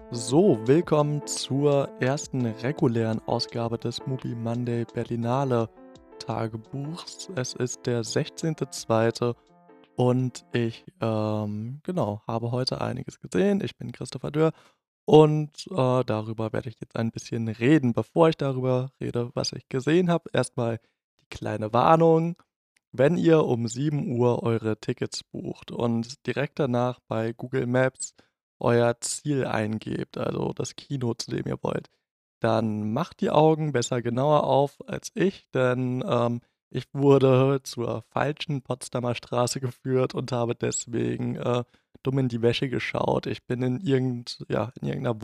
So, willkommen zur ersten regulären Ausgabe des Movie Monday Berlinale Tagebuchs. Es ist der 16.02. und ich, genau, habe heute einiges gesehen. Ich bin Christopher Dörr und darüber werde ich jetzt ein bisschen reden. Bevor ich darüber rede, was ich gesehen habe, erstmal die kleine Warnung. Wenn ihr um 7 Uhr eure Tickets bucht und direkt danach bei Google Maps euer Ziel eingebt, also das Kino, zu dem ihr wollt, dann macht die Augen besser genauer auf als ich, denn, ich wurde zur falschen Potsdamer Straße geführt und habe deswegen, dumm in die Wäsche geschaut. Ich bin in in irgendeiner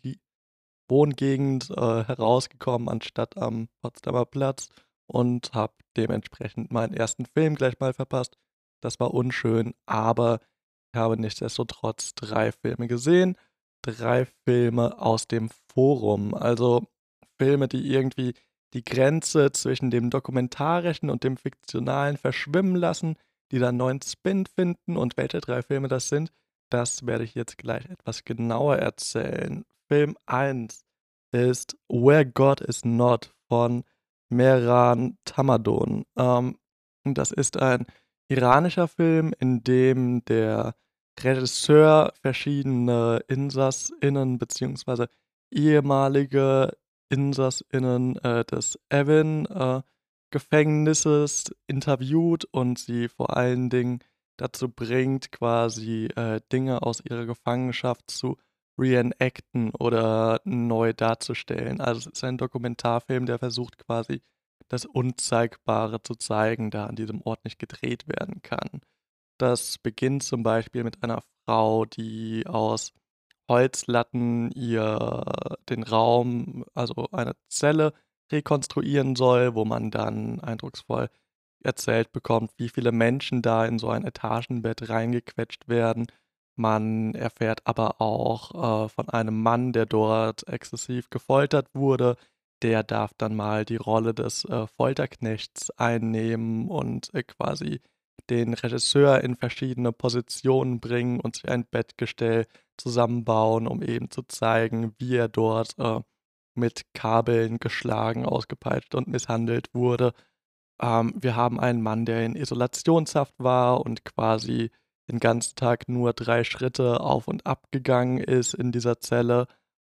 Wohngegend, herausgekommen anstatt am Potsdamer Platz und habe dementsprechend meinen ersten Film gleich mal verpasst. Das war unschön, aber ich habe nichtsdestotrotz 3 Filme gesehen. 3 Filme aus dem Forum, also Filme, die irgendwie die Grenze zwischen dem Dokumentarischen und dem Fiktionalen verschwimmen lassen, die dann neuen Spin finden, und welche 3 Filme das sind, das werde ich jetzt gleich etwas genauer erzählen. Film eins ist „Where God Is Not" von Mehran Tamadon. Das ist ein iranischer Film, in dem der Regisseur verschiedene InsassInnen beziehungsweise ehemalige InsassInnen, des Evin, Gefängnisses interviewt und sie vor allen Dingen dazu bringt, quasi, Dinge aus ihrer Gefangenschaft zu reenacten oder neu darzustellen. Also, es ist ein Dokumentarfilm, der versucht quasi, das Unzeigbare zu zeigen, da an diesem Ort nicht gedreht werden kann. Das beginnt zum Beispiel mit einer Frau, die aus Holzlatten den Raum, also eine Zelle, rekonstruieren soll, wo man dann eindrucksvoll erzählt bekommt, wie viele Menschen da in so ein Etagenbett reingequetscht werden. Man erfährt aber auch, von einem Mann, der dort exzessiv gefoltert wurde. Der darf dann mal die Rolle des, Folterknechts einnehmen und, quasi den Regisseur in verschiedene Positionen bringen und sich ein Bettgestell zusammenbauen, um eben zu zeigen, wie er dort, mit Kabeln geschlagen, ausgepeitscht und misshandelt wurde. Wir haben einen Mann, der in Isolationshaft war und quasi den ganzen Tag nur 3 Schritte auf und ab gegangen ist in dieser Zelle.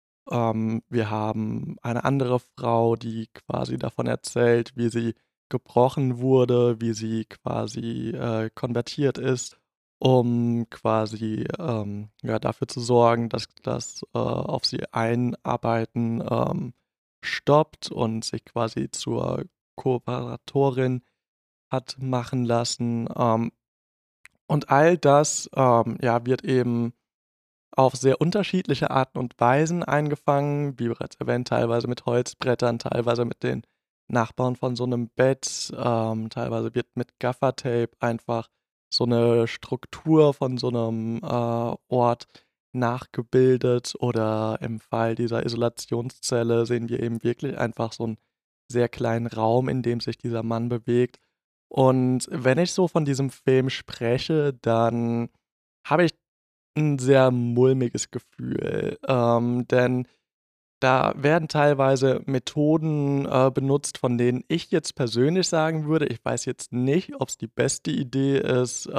Wir haben eine andere Frau, die quasi davon erzählt, wie sie gebrochen wurde, wie sie quasi, konvertiert ist, um quasi, ja, dafür zu sorgen, dass das, auf sie Einarbeiten, stoppt und sich quasi zur Kooperatorin hat machen lassen. Und all das, ja, wird eben auf sehr unterschiedliche Arten und Weisen eingefangen, wie bereits erwähnt, teilweise mit Holzbrettern, teilweise mit den Nachbarn von so 'nem Bett, teilweise wird mit Gaffertape einfach so 'ne Struktur von so 'nem, Ort nachgebildet, oder im Fall dieser Isolationszelle sehen wir eben wirklich einfach so 'n sehr kleinen Raum, in dem sich dieser Mann bewegt. Und wenn ich so von diesem Film spreche, dann habe ich 'n sehr mulmiges Gefühl, denn da werden teilweise Methoden, benutzt, von denen ich jetzt persönlich sagen würde, ich weiß jetzt nicht, ob's die beste Idee ist,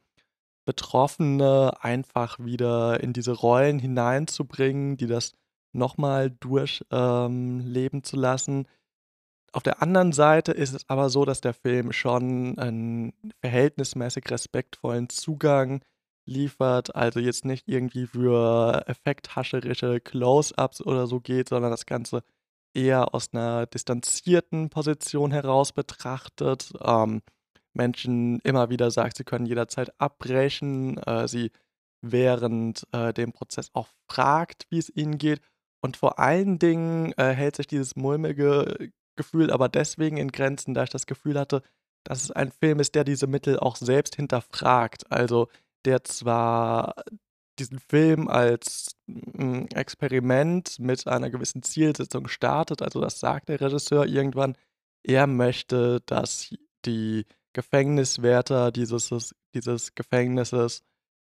Betroffene einfach wieder in diese Rollen hineinzubringen, die das noch mal leben zu lassen. Auf der anderen Seite ist es aber so, dass der Film schon 'n verhältnismäßig respektvollen Zugang liefert, also jetzt nicht irgendwie für effekthascherische Close-ups oder so geht, sondern das Ganze eher aus 'ner distanzierten Position heraus betrachtet, Menschen immer wieder sagt, sie können jederzeit abbrechen, sie während, dem Prozess auch fragt, wie's ihnen geht, und vor allen Dingen, hält sich dieses mulmige Gefühl aber deswegen in Grenzen, da ich das Gefühl hatte, dass es ein Film ist, der diese Mittel auch selbst hinterfragt. Also, der zwar diesen Film als, Experiment mit einer gewissen Zielsetzung startet, also das sagt der Regisseur irgendwann. Er möchte, dass die Gefängniswärter dieses Gefängnisses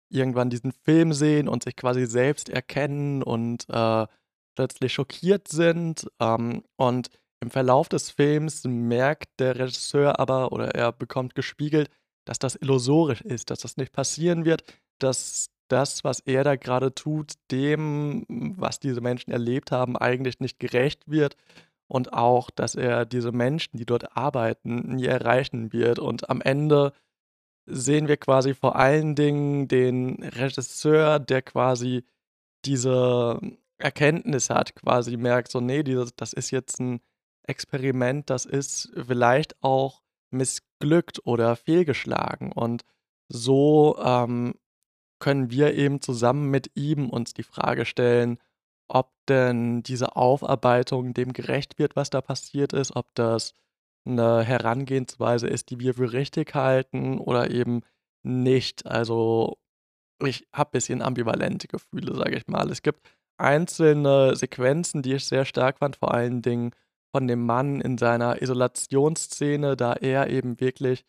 irgendwann diesen Film sehen und sich quasi selbst erkennen und, plötzlich schockiert sind. Und im Verlauf des Films merkt der Regisseur aber oder er bekommt gespiegelt, dass das illusorisch ist, dass das nicht passieren wird, dass das, was er da gerade tut, dem, was diese Menschen erlebt haben, eigentlich nicht gerecht wird und auch, dass er diese Menschen, die dort arbeiten, nie erreichen wird. Und am Ende sehen wir quasi vor allen Dingen den Regisseur, der quasi diese Erkenntnis hat, quasi merkt so: „Ne, dieses das ist jetzt 'n Experiment, das ist vielleicht auch missglückt oder fehlgeschlagen.“ Und so, können wir eben zusammen mit ihm uns die Frage stellen, ob denn diese Aufarbeitung dem gerecht wird, was da passiert ist, ob das 'ne Herangehensweise ist, die wir für richtig halten oder eben nicht. Also, ich habe bisschen ambivalente Gefühle, sage ich mal. Es gibt einzelne Sequenzen, die ich sehr stark fand, vor allen Dingen von dem Mann in seiner Isolationsszene, da er eben wirklich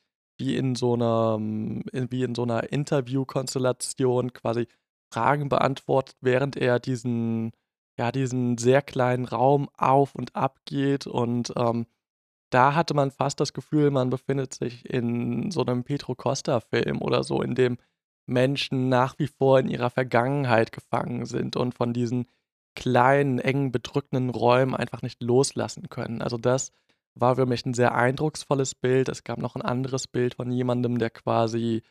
wie in so 'ner Interviewkonstellation quasi Fragen beantwortet, während er diesen sehr kleinen Raum auf und ab geht und, da hatte man fast das Gefühl, man befindet sich in so 'nem Pedro Costa-Film oder so, in dem Menschen nach wie vor in ihrer Vergangenheit gefangen sind und von diesen kleinen, engen, bedrückenden Räumen einfach nicht loslassen können. Also, das war für mich 'n sehr eindrucksvolles Bild. Es gab noch 'n anderes Bild von jemandem, der quasi,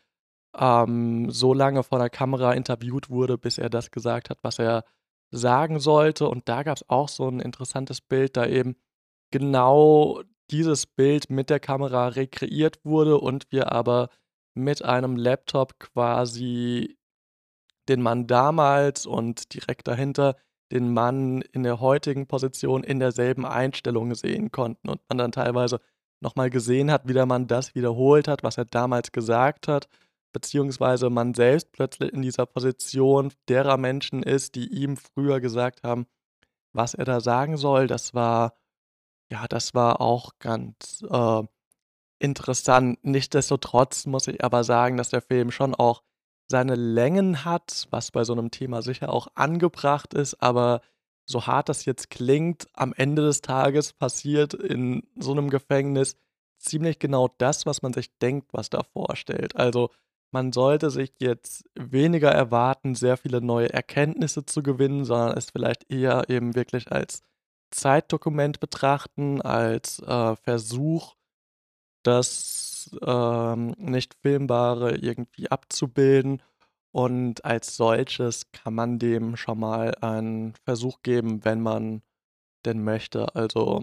so lange vor der Kamera interviewt wurde, bis er das gesagt hat, was er sagen sollte. Und da gab's auch so 'n interessantes Bild, da eben genau dieses Bild mit der Kamera rekreiert wurde und wir aber mit einem Laptop quasi den Mann damals und direkt dahinter den Mann in der heutigen Position in derselben Einstellung sehen konnten und man dann teilweise noch mal gesehen hat, wie der Mann das wiederholt hat, was er damals gesagt hat, beziehungsweise man selbst plötzlich in dieser Position derer Menschen ist, die ihm früher gesagt haben, was er da sagen soll. Das war auch ganz, interessant. Nichtsdestotrotz muss ich aber sagen, dass der Film schon auch seine Längen hat, was bei so 'nem Thema sicher auch angebracht ist, aber so hart das jetzt klingt, am Ende des Tages passiert in so 'nem Gefängnis ziemlich genau das, was man sich denkt, was da vorstellt. Also, man sollte sich jetzt weniger erwarten, sehr viele neue Erkenntnisse zu gewinnen, sondern es vielleicht eher eben wirklich als Zeitdokument betrachten, als, Versuch, das, nicht Filmbare irgendwie abzubilden und als solches kann man dem schon mal einen Versuch geben, wenn man denn möchte. Also,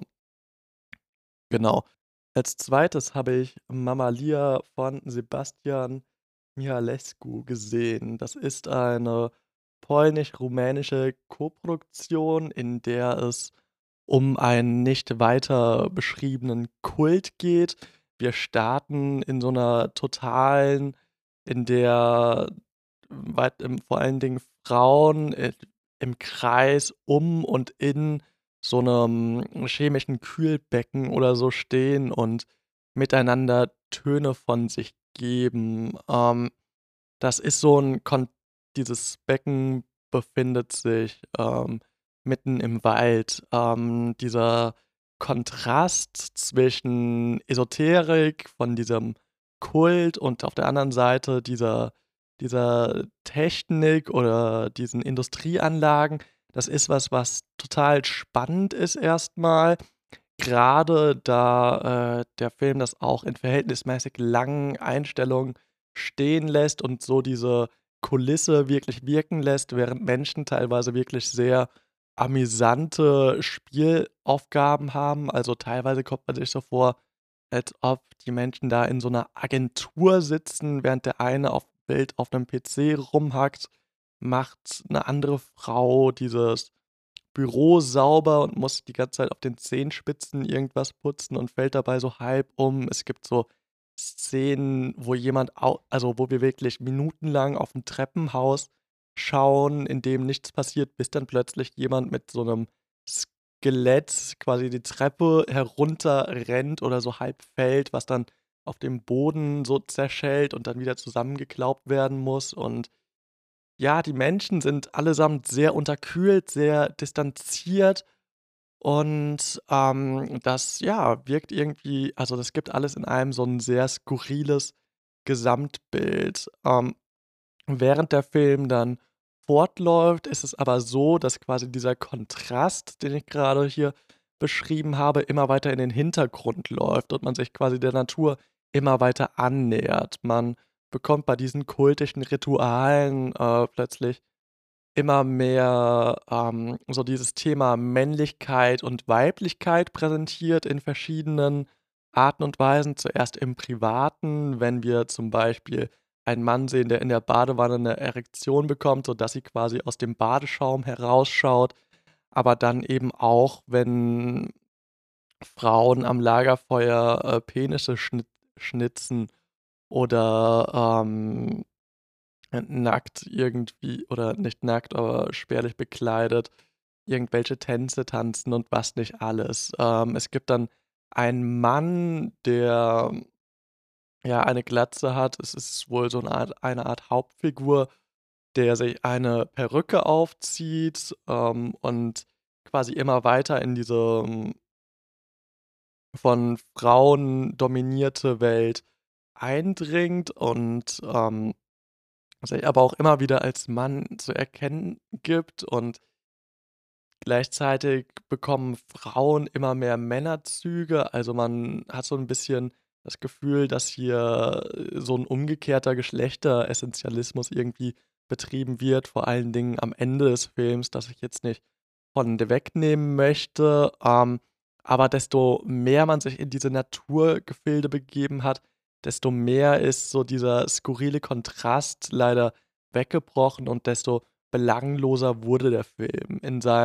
genau. Als Zweites habe ich Mamalia von Sebastian Mihalescu gesehen. Das ist eine polnisch-rumänische Koproduktion, in der es um einen nicht weiter beschriebenen Kult geht. Wir starten in so 'ner totalen, in der vor allen Dingen Frauen, im Kreis um und in so 'nem chemischen Kühlbecken oder so stehen und miteinander Töne von sich geben. Das ist so 'n kon Dieses Becken befindet sich, mitten im Wald. Dieser Kontrast zwischen Esoterik von diesem Kult und auf der anderen Seite dieser Technik oder diesen Industrieanlagen, das ist was, was total spannend ist erst mal, grade da, der Film das auch in verhältnismäßig langen Einstellungen stehen lässt und so diese Kulisse wirklich wirken lässt, während Menschen teilweise wirklich sehr amüsante Spielaufgaben haben. Also, teilweise kommt man sich so vor, als ob die Menschen da in so 'ner Agentur sitzen, während der eine auf Bild auf 'nem PC rumhackt, macht 'ne andere Frau dieses Büro sauber und muss die ganze Zeit auf den Zehenspitzen irgendwas putzen und fällt dabei so halb um. Es gibt so Szenen, wo jemand wo wir wirklich minutenlang auf 'n Treppenhaus schauen, in dem nichts passiert, bis dann plötzlich jemand mit so 'nem Skelett quasi die Treppe herunterrennt oder so halb fällt, was dann auf dem Boden so zerschellt und dann wieder zusammengeklaubt werden muss und ja, die Menschen sind allesamt sehr unterkühlt, sehr distanziert und, das, ja, wirkt irgendwie also, das gibt alles in einem so ein sehr skurriles Gesamtbild. Während der Film dann fortläuft, ist es aber so, dass quasi dieser Kontrast, den ich gerade hier beschrieben habe, immer weiter in den Hintergrund läuft und man sich quasi der Natur immer weiter annähert. Man bekommt bei diesen kultischen Ritualen, plötzlich immer mehr, so dieses Thema Männlichkeit und Weiblichkeit präsentiert in verschiedenen Arten und Weisen. Zuerst im Privaten, wenn wir zum Beispiel einen Mann sehen, der in der Badewanne 'ne Erektion bekommt, sodass sie quasi aus dem Badeschaum herausschaut, aber dann eben auch, wenn Frauen am Lagerfeuer, Penisse schnitzen oder, nackt irgendwie oder nicht nackt, aber spärlich bekleidet irgendwelche Tänze tanzen und was nicht alles. Es gibt dann einen Mann, der, ja, eine Glatze hat. Es ist wohl so eine Art Hauptfigur, der sich eine Perücke aufzieht, und quasi immer weiter in diese, von Frauen dominierte Welt eindringt und, sich aber auch immer wieder als Mann zu erkennen gibt und gleichzeitig bekommen Frauen immer mehr Männerzüge. Also, man hat so 'n bisschen das Gefühl, dass hier, so 'n umgekehrter Geschlechteressentialismus irgendwie betrieben wird, vor allen Dingen am Ende des Films, das ich jetzt nicht von wegnehmen möchte. Aber desto mehr man sich in diese Naturgefilde begeben hat, desto mehr ist so dieser skurrile Kontrast leider weggebrochen und desto belangloser wurde der Film.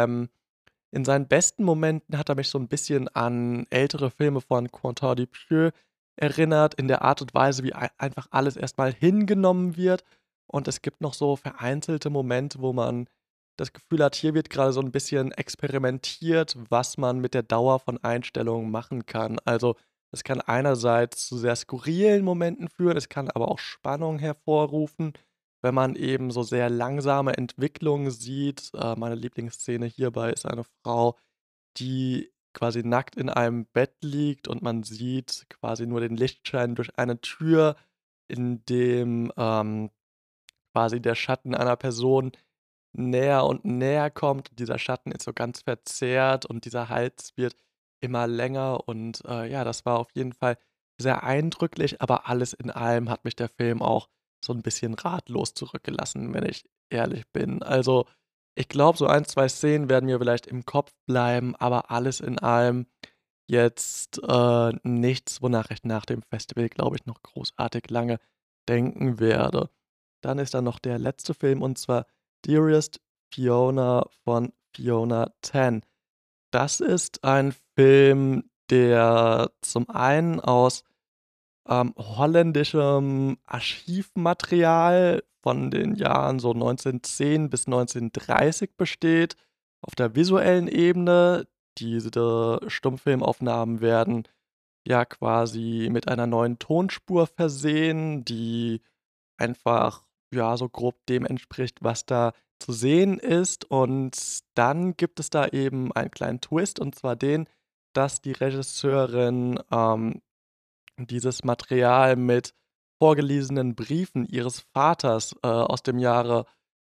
In seinen besten Momenten hat er mich so 'n bisschen an ältere Filme von Quentin Dupieux erinnert, in der Art und Weise, wie einfach alles erst mal hingenommen wird. Und es gibt noch so vereinzelte Momente, wo man das Gefühl hat, hier wird grade so 'n bisschen experimentiert, was man mit der Dauer von Einstellungen machen kann. Also, es kann einerseits zu sehr skurrilen Momenten führen, es kann aber auch Spannung hervorrufen, wenn man eben so sehr langsame Entwicklungen sieht. Meine Lieblingsszene hierbei ist eine Frau, die quasi nackt in einem Bett liegt und man sieht quasi nur den Lichtschein durch eine Tür, in dem, quasi der Schatten einer Person näher und näher kommt. Dieser Schatten ist so ganz verzerrt und dieser Hals wird immer länger und, ja, das war auf jeden Fall sehr eindrücklich, aber alles in allem hat mich der Film auch so 'n bisschen ratlos zurückgelassen, wenn ich ehrlich bin. Also, ich glaube, so 1, 2 Szenen werden mir vielleicht im Kopf bleiben, aber alles in allem jetzt, nichts, wonach ich nach dem Festival, glaube ich, noch großartig lange denken werde. Dann ist da noch der letzte Film und zwar Dearest Fiona von Fiona Tan. Das ist ein Film, der zum einen aus, holländischem Archivmaterial von den Jahren so 1910 bis 1930 besteht. Auf der visuellen Ebene, diese Stummfilmaufnahmen werden ja quasi mit einer neuen Tonspur versehen, die einfach, ja, so grob dem entspricht, was da zu sehen ist. Und dann gibt es da eben einen kleinen Twist, und zwar den, dass die Regisseurin, dieses Material mit vorgelesenen Briefen ihres Vaters, aus dem Jahre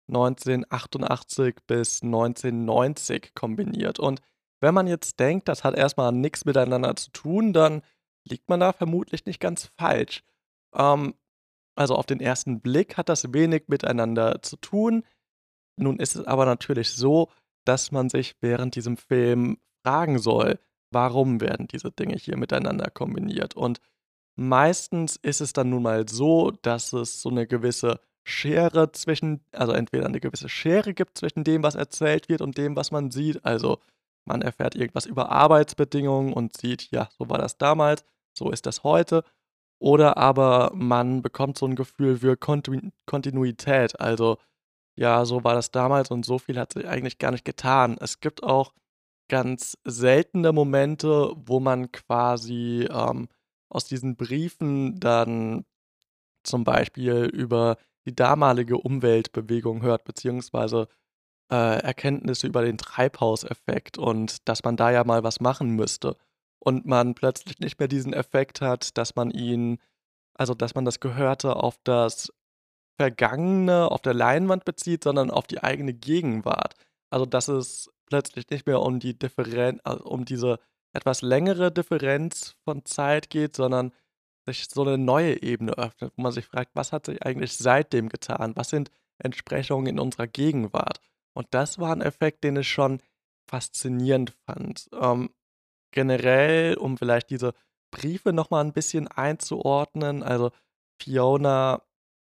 1988 bis 1990 kombiniert. Und wenn man jetzt denkt, das hat erst mal nix miteinander zu tun, dann liegt man da vermutlich nicht ganz falsch. Ähm, also, auf den ersten Blick hat das wenig miteinander zu tun. Nun ist es aber natürlich so, dass man sich während diesem Film fragen soll: „Warum werden diese Dinge hier miteinander kombiniert?“ Und meistens ist es dann nun mal so, dass es so 'ne gewisse Schere zwischen also, entweder 'ne gewisse Schere gibt zwischen dem, was erzählt wird und dem, was man sieht. Also, man erfährt irgendwas über Arbeitsbedingungen und sieht: „Ja, so war das damals, so ist das heute.“ Oder aber man bekommt so 'n Gefühl für Kontinuität. Also, ja, so war das damals und so viel hat sich eigentlich gar nicht getan. Es gibt auch ganz seltene Momente, wo man quasi, aus diesen Briefen dann zum Beispiel über die damalige Umweltbewegung hört, beziehungsweise Erkenntnisse über den Treibhauseffekt und dass man da ja mal was machen müsste und man plötzlich nicht mehr diesen Effekt hat, dass man ihn also, dass man das Gehörte auf das Vergangene auf der Leinwand bezieht, sondern auf die eigene Gegenwart. Also, dass es plötzlich nicht mehr um die um diese etwas längere Differenz von Zeit geht, sondern sich so 'ne neue Ebene öffnet, wo man sich fragt: „Was hat sich eigentlich seitdem getan? Was sind Entsprechungen in unserer Gegenwart?“ Und das war 'n Effekt, den ich schon faszinierend fand. Generell, um vielleicht diese Briefe noch mal 'n bisschen einzuordnen, also Fiona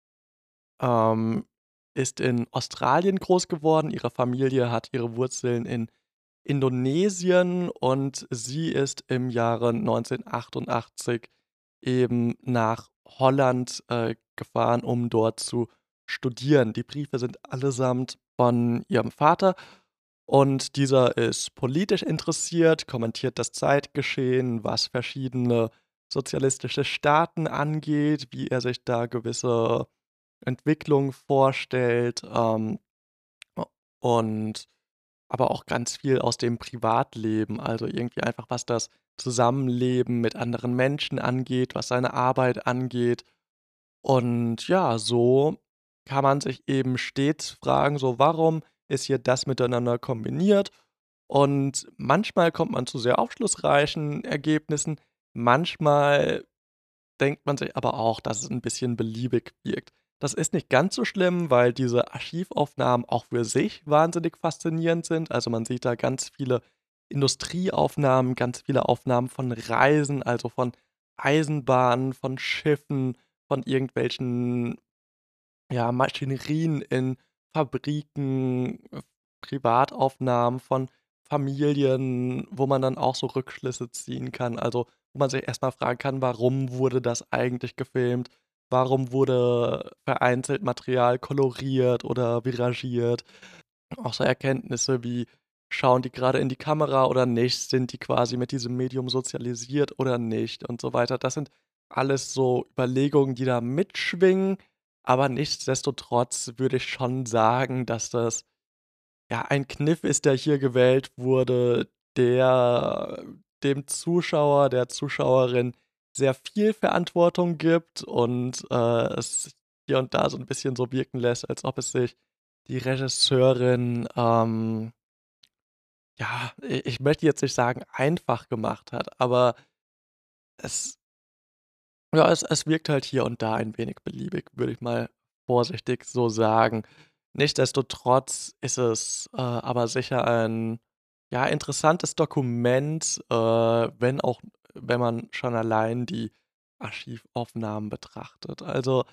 ähm, ist in Australien groß geworden. Ihre Familie hat ihre Wurzeln in Indonesien und sie ist im Jahre 1988 eben nach Holland, gefahren, um dort zu studieren. Die Briefe sind allesamt von ihrem Vater und dieser ist politisch interessiert, kommentiert das Zeitgeschehen, was verschiedene sozialistische Staaten angeht, wie er sich da gewisse Entwicklung vorstellt, o und aber auch ganz viel aus dem Privatleben, also irgendwie einfach, was das Zusammenleben mit anderen Menschen angeht, was seine Arbeit angeht. Und ja, so kann man sich eben stets fragen, so: „Warum ist hier das miteinander kombiniert?“ Und manchmal kommt man zu sehr aufschlussreichen Ergebnissen, manchmal denkt man sich aber auch, dass es 'n bisschen beliebig wirkt. Das ist nicht ganz so schlimm, weil diese Archivaufnahmen auch für sich wahnsinnig faszinierend sind. Also, man sieht da ganz viele Industrieaufnahmen, ganz viele Aufnahmen von Reisen, also von Eisenbahnen, von Schiffen, von irgendwelchen, ja, Maschinerien in Fabriken, Privataufnahmen von Familien, wo man dann auch so Rückschlüsse ziehen kann. Also, wo man sich erst mal fragen kann: „Warum wurde das eigentlich gefilmt? Warum wurde vereinzelt Material koloriert oder viragiert?“ Auch so Erkenntnisse wie: Schauen die grade in die Kamera oder nicht? Sind die quasi mit diesem Medium sozialisiert oder nicht und so weiter. Das sind alles so Überlegungen, die da mitschwingen, aber nichtsdestotrotz würde ich schon sagen, dass das, ja, ein Kniff ist, der hier gewählt wurde, der dem Zuschauer, der Zuschauerin sehr viel Verantwortung gibt und, es hier und da so 'n bisschen so wirken lässt, als ob es sich die Regisseurin, ja, ich möchte jetzt nicht sagen, einfach gemacht hat, aber es ja, es wirkt halt hier und da ein wenig beliebig, würde ich mal vorsichtig so sagen. Nichtsdestotrotz ist es, aber sicher ein, ja, interessantes Dokument, wenn man schon allein die Archivaufnahmen betrachtet. Also,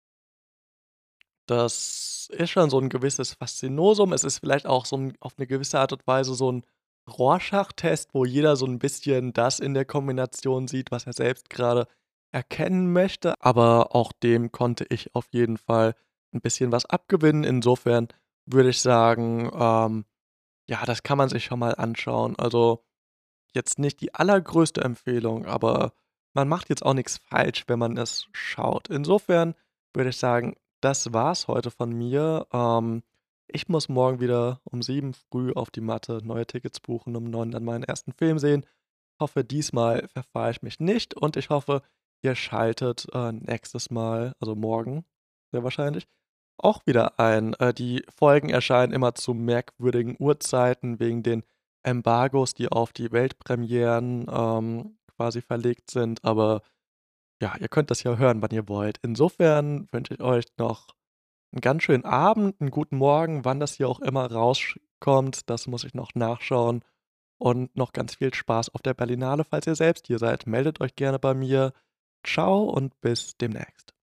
das ist schon so 'n gewisses Faszinosum. Es ist vielleicht auch so 'n auf 'ne gewisse Art und Weise so 'n Rorschach-Test, wo jeder so 'n bisschen das in der Kombination sieht, was er selbst grade erkennen möchte, aber auch dem konnte ich auf jeden Fall 'n bisschen was abgewinnen. Insofern würde ich sagen, ja, das kann man sich schon mal anschauen. Also, jetzt nicht die allergrößte Empfehlung, aber man macht jetzt auch nix falsch, wenn man es schaut. Insofern würde ich sagen, das war's heute von mir. Ich muss morgen wieder um 7 früh auf die Matte, neue Tickets buchen, um 9 dann meinen ersten Film sehen. Hoffe, diesmal verfahre ich mich nicht und ich hoffe, ihr schaltet, nächstes Mal, also morgen sehr wahrscheinlich, auch wieder ein. Die Folgen erscheinen immer zu merkwürdigen Uhrzeiten wegen den Embargos, die auf die Weltpremieren, quasi verlegt sind, aber ja, ihr könnt das ja hören, wann ihr wollt. Insofern wünsche ich euch noch 'n ganz schönen Abend, 'n guten Morgen, wann das hier auch immer rauskommt, das muss ich noch nachschauen und noch ganz viel Spaß auf der Berlinale, falls ihr selbst hier seid. Meldet euch gerne bei mir. Tschau und bis demnächst.